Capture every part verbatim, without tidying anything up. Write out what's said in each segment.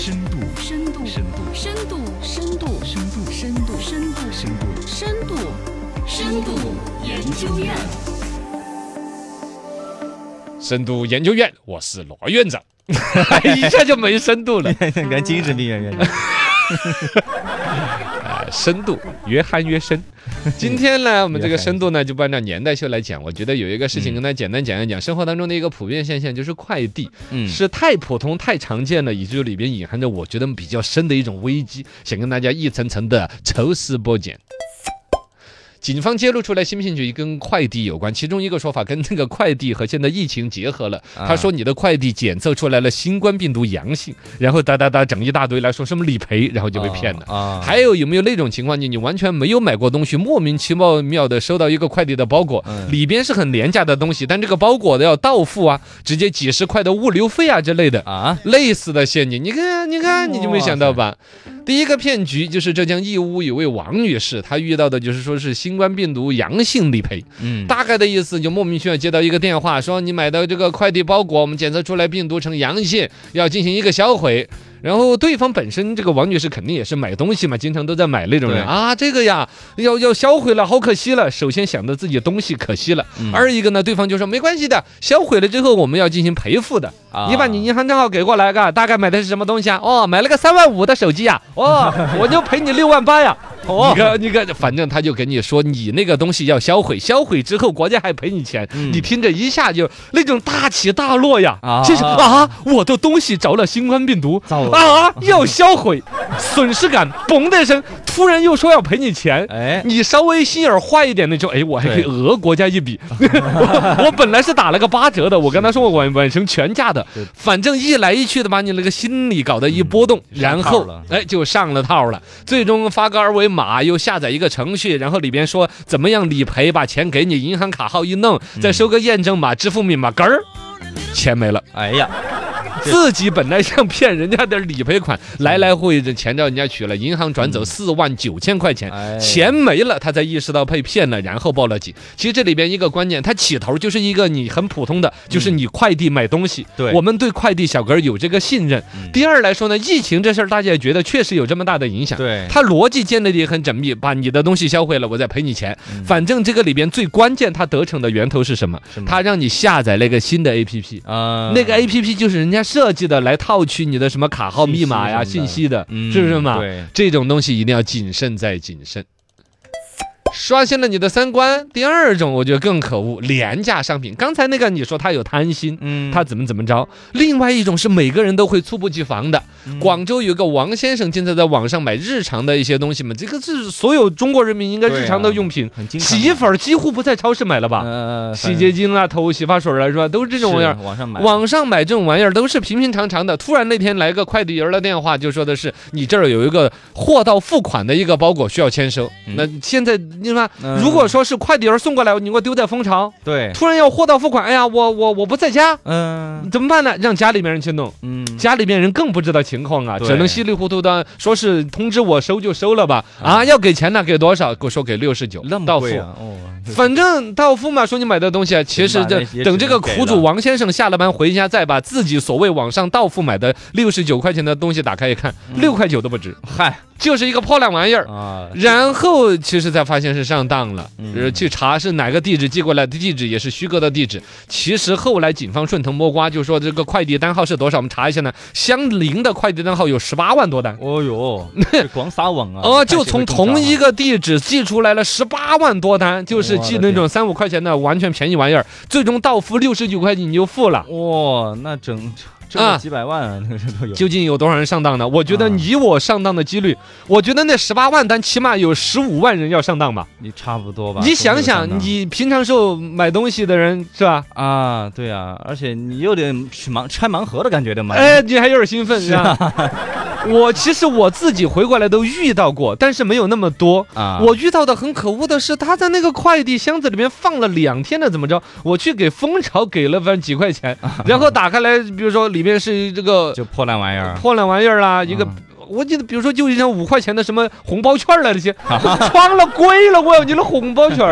深度， 深度， 深度， 深度，深度， 深度， 深度，深度， 深度， 深度，深度研究院。 深度研究院，我是罗院长，一下就没深度了， 跟精神病院院长。 呃，深度越喊越深。今天呢，我们这个深度呢，就不按照年代秀来讲。我觉得有一个事情跟大家简单讲一讲，生活当中的一个普遍现象，就是快递， 嗯， 是太普通、太常见了，以至于里边隐含着我觉得比较深的一种危机，想跟大家一层层的抽丝剥茧。警方揭露出来，新品局跟快递有关，其中一个说法跟那个快递和现在疫情结合了。他说你的快递检测出来了新冠病毒阳性，然后哒哒哒整一大堆来说什么理赔，然后就被骗了。 啊， 还有有没有那种情况，你你完全没有买过东西，莫名其妙的收到一个快递的包裹， 嗯里边是很廉价的东西，但这个包裹的要到付啊，直接几十块的物流费啊之类的啊， 类似的陷阱，你看你看你就没想到吧？第一个骗局就是浙江义乌有位王女士，她遇到的就是说是新冠病毒阳性理赔， 嗯， 大概的意思就莫名其妙接到一个电话，说你买的这个快递包裹，我们检测出来病毒呈阳性，要进行一个销毁。然后对方本身这个王女士肯定也是买东西嘛，经常都在买那种人啊，这个呀要要销毁了，好可惜了。首先想着自己东西可惜了， 嗯、 二一个呢，对方就说没关系的，销毁了之后我们要进行赔付的，啊、你把你银行账号给过来，嘎，大概买的是什么东西啊？哦，买了个三万五的手机呀、啊，哦，我就赔你六万八呀。哦，你看，你看，反正他就跟你说，你那个东西要销毁，销毁之后国家还赔你钱，嗯、你听着一下就那种大起大落呀，啊、就是啊，我的东西着了新冠病毒，啊，要销毁，损失感嘣的一声，突然又说要赔你钱，哎，你稍微心眼坏一点的就，哎，我还可以讹国家一笔，我, 我本来是打了个八折的，我跟他说我晚晚成全价的，反正一来一去的把你那个心里搞得一波动，嗯、然后哎就上了套了，最终发个二维码。码又下载一个程序，然后里边说怎么样理赔，把钱给你，银行卡号一弄，再收个验证码、支付密码，嗝儿，钱没了。 哎呀， 自己本来想骗人家的理赔款，来来回回钱让人家取了，银行转走四万九千块钱， 哎、 钱没了，他才意识到被骗了，然后报了警。其实这里边一个关键，他起头就是一个你很普通的，就是你快递买东西， 对、 嗯，我们对快递小哥有这个信任。嗯、第二来说呢，疫情这事儿大家也觉得确实有这么大的影响， 对， 他逻辑建立的也很缜密，把你的东西销毁了，我再赔你钱。嗯、反正这个里边最关键，他得逞的源头是什么？他让你下载那个新的 A P P 啊，那个 A P P 就是人家设计的来套取你的什么卡号、密码呀、信息的， 嗯、 是不是嘛？ 对， 这种东西一定要谨慎再谨慎。刷新了你的三观。第二种我觉得更可恶，廉价商品。刚才那个你说他有贪心，嗯，他怎么怎么着。另外一种是每个人都会猝不及防的。嗯、广州有个王先生经常在网上买日常的一些东西嘛，这个是所有中国人民应该日常的用品。 啊、 洗衣粉几乎不在超市买了吧？ 呃， 洗洁精啊、头洗发水啊，是吧？都是这种玩意儿。 网上买， 网上买这种玩意儿都是平平常常的。突然那天来个快递员的电话，就说的是你这儿有一个货到付款的一个包裹需要签收。嗯、那现在你看，嗯、如果说是快递员送过来，你给我丢在蜂巢， 对， 突然要货到付款，哎呀，我我我不在家， 嗯， 怎么办呢？让家里面人去弄，嗯，家里面人更不知道情况啊，只能稀里糊涂的说是通知我收就收了吧，啊，啊要给钱呢，给多少？给我说给六十九，到付， 哦， 反正到付嘛，说你买的东西啊，其实这等这个苦主王先生下了班回家，再把自己所谓网上到付买的六十九块钱的东西打开一看，六块九都不值， 嗨。 就是一个破烂玩意儿啊，然后其实才发现是上当了，嗯、去查是哪个地址寄过来的地址也是虚构的地址。其实后来警方顺藤摸瓜，就说这个快递单号是多少，我们查一下呢，相邻的快递单号有十八万多单。 哦哟，光撒网啊！ 哦，就从同一个地址寄出来了十八万多单，就是寄那种三五块钱的完全便宜玩意儿，最终到付六十九块钱你就付了。 哇，那整。啊，几百万啊，那个都有。 究竟有多少人上当呢？我觉得你我上当的几率，我觉得那十八万单起码有十五万人要上当吧。 你差不多吧。 你想想，你平常时候买东西的人是吧？ 啊，对啊，而且你有点去盲拆盲盒的感觉的嘛。 哎，你还有点兴奋是吧？我其实我自己回过来都遇到过，但是没有那么多啊。我遇到的很可恶的是，他在那个快递箱子里面放了两天的，怎么着？我去给蜂巢给了反正几块钱，然后打开来，比如说里面是这个就破烂玩意儿， 破烂玩意儿啦，一个。我记得，比如说，就一张五块钱的什么红包券了，这些，我装了贵了，我要你的红包券。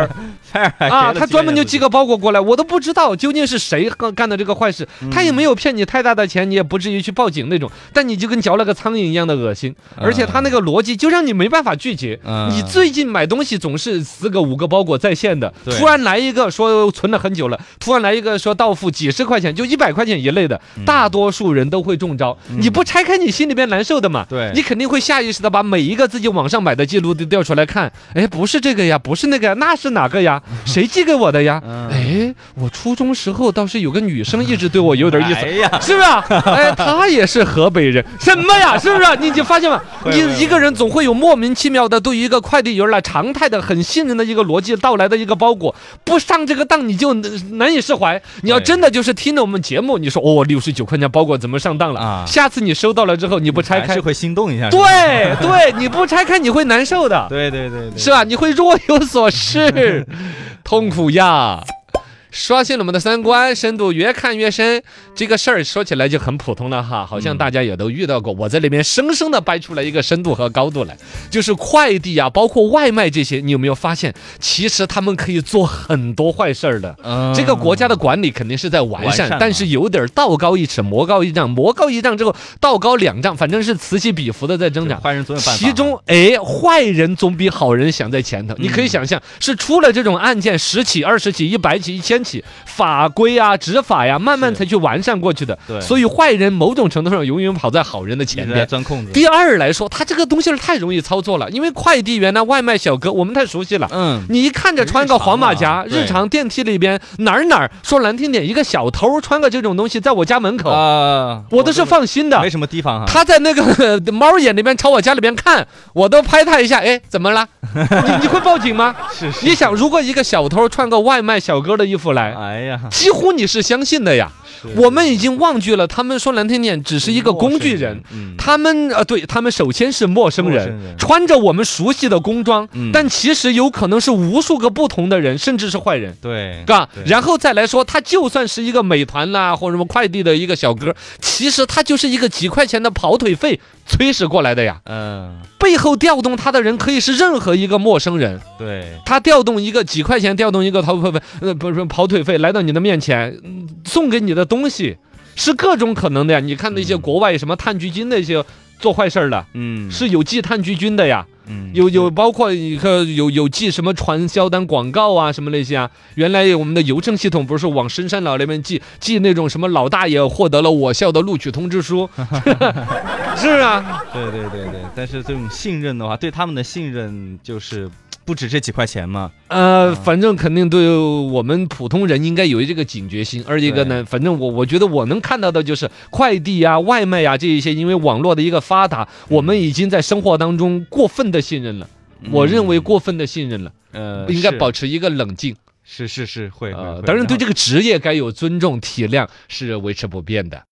差点啊，他专门就寄个包裹过来，我都不知道究竟是谁干干的这个坏事， 嗯、 他也没有骗你太大的钱，你也不至于去报警那种，但你就跟嚼了个苍蝇一样的恶心， 嗯、 而且他那个逻辑就让你没办法拒绝。 嗯、 你最近买东西总是四个五个包裹在线的， 对突然来一个说存了很久了，突然来一个说到付几十块钱，就一百块钱一类的， 嗯、 大多数人都会中招。 嗯、 你不拆开，你心里边难受的嘛？ 对， 你肯定会下意识的把每一个自己网上买的记录都调出来看。哎，不是这个呀，不是那个呀，那是哪个呀？谁寄给我的呀？ 嗯、 哎，我初中时候倒是有个女生一直对我有点意思， 哎呀， 是不是啊？哎，她也是河北人，什么呀？是不是？你就发现吗？你一个人总会有莫名其妙的对于一个快递员来常态的很信任的一个逻辑到来的一个包裹，不上这个当你就难以释怀。你要真的就是听了我们节目，你说哦，六十九块钱包裹怎么上当了？ 啊， 下次你收到了之后你不拆开， 是会心动一下。 对对，你不拆开你会难受的。 对对对对， 是吧？你会若有所失，痛苦呀。刷新了我们的三观，深度越看越深。这个事儿说起来就很普通了哈，好像大家也都遇到过。我在里面生生的掰出来一个深度和高度来，就是快递啊，包括外卖这些，你有没有发现，其实他们可以做很多坏事儿的。 嗯、 这个国家的管理肯定是在完善， 完善但是有点道高一尺，魔高一丈，魔高一丈之后道高两丈，反正是此起彼伏的在增长。 坏人总有办法。 其中，哎，坏人总比好人想在前头。嗯、你可以想象，是出了这种案件十起、二十起、一百起、一千起。法规啊，执法呀，慢慢才去完善过去的。 对， 所以坏人某种程度上永远跑在好人的前边， 钻空子。 第二来说，他这个东西太容易操作了，因为快递员呢、外卖小哥，我们太熟悉了。 嗯， 你一看着穿个黄马甲，日常,、啊、日常电梯里边哪儿哪儿说难听点，一个小偷穿个这种东西在我家门口啊、 呃， 我都是放心的。 没什么地方哈、啊。 他在那个猫眼里边朝我家里边看，我都拍他一下，哎，怎么了？你你会报警吗？ 是是。 你想，如果一个小偷穿个外卖小哥的衣服来， 哎呀， 几乎你是相信的呀。我们已经忘记了，他们说难听点，只是一个工具人。 嗯、 他们呃，对他们首先是陌生人， 生人穿着我们熟悉的工装， 嗯、 但其实有可能是无数个不同的人，甚至是坏人。 对， 嘎，然后再来说，他就算是一个美团啦、啊、或者什么快递的一个小哥，其实他就是一个几块钱的跑腿费催使过来的呀。 嗯， 背后调动他的人可以是任何一个陌生人。 对， 他调动一个几块钱，调动一个跑腿费，呃，不是跑腿费来到你的面前，嗯、送给你的东西。是各种可能的呀！你看那些国外什么炭疽菌那些做坏事儿的，嗯，是有寄炭疽菌的呀，嗯，有有包括一个有有寄什么传销单广告啊什么那些啊。原来我们的邮政系统不是往深山老那边寄寄那种什么老大爷获得了我校的录取通知书，是啊， 对对对对。但是这种信任的话，对他们的信任就是不止这几块钱嘛。 呃，反正肯定对我们普通人应该有这个警觉性。而一个呢，反正我我觉得我能看到的就是快递啊、外卖啊这一些，因为网络的一个发达，我们已经在生活当中过分的信任了。嗯、我认为过分的信任了，呃，应该保持一个冷静。 是是是，会。 呃，当然对这个职业该有尊重体谅是维持不变的。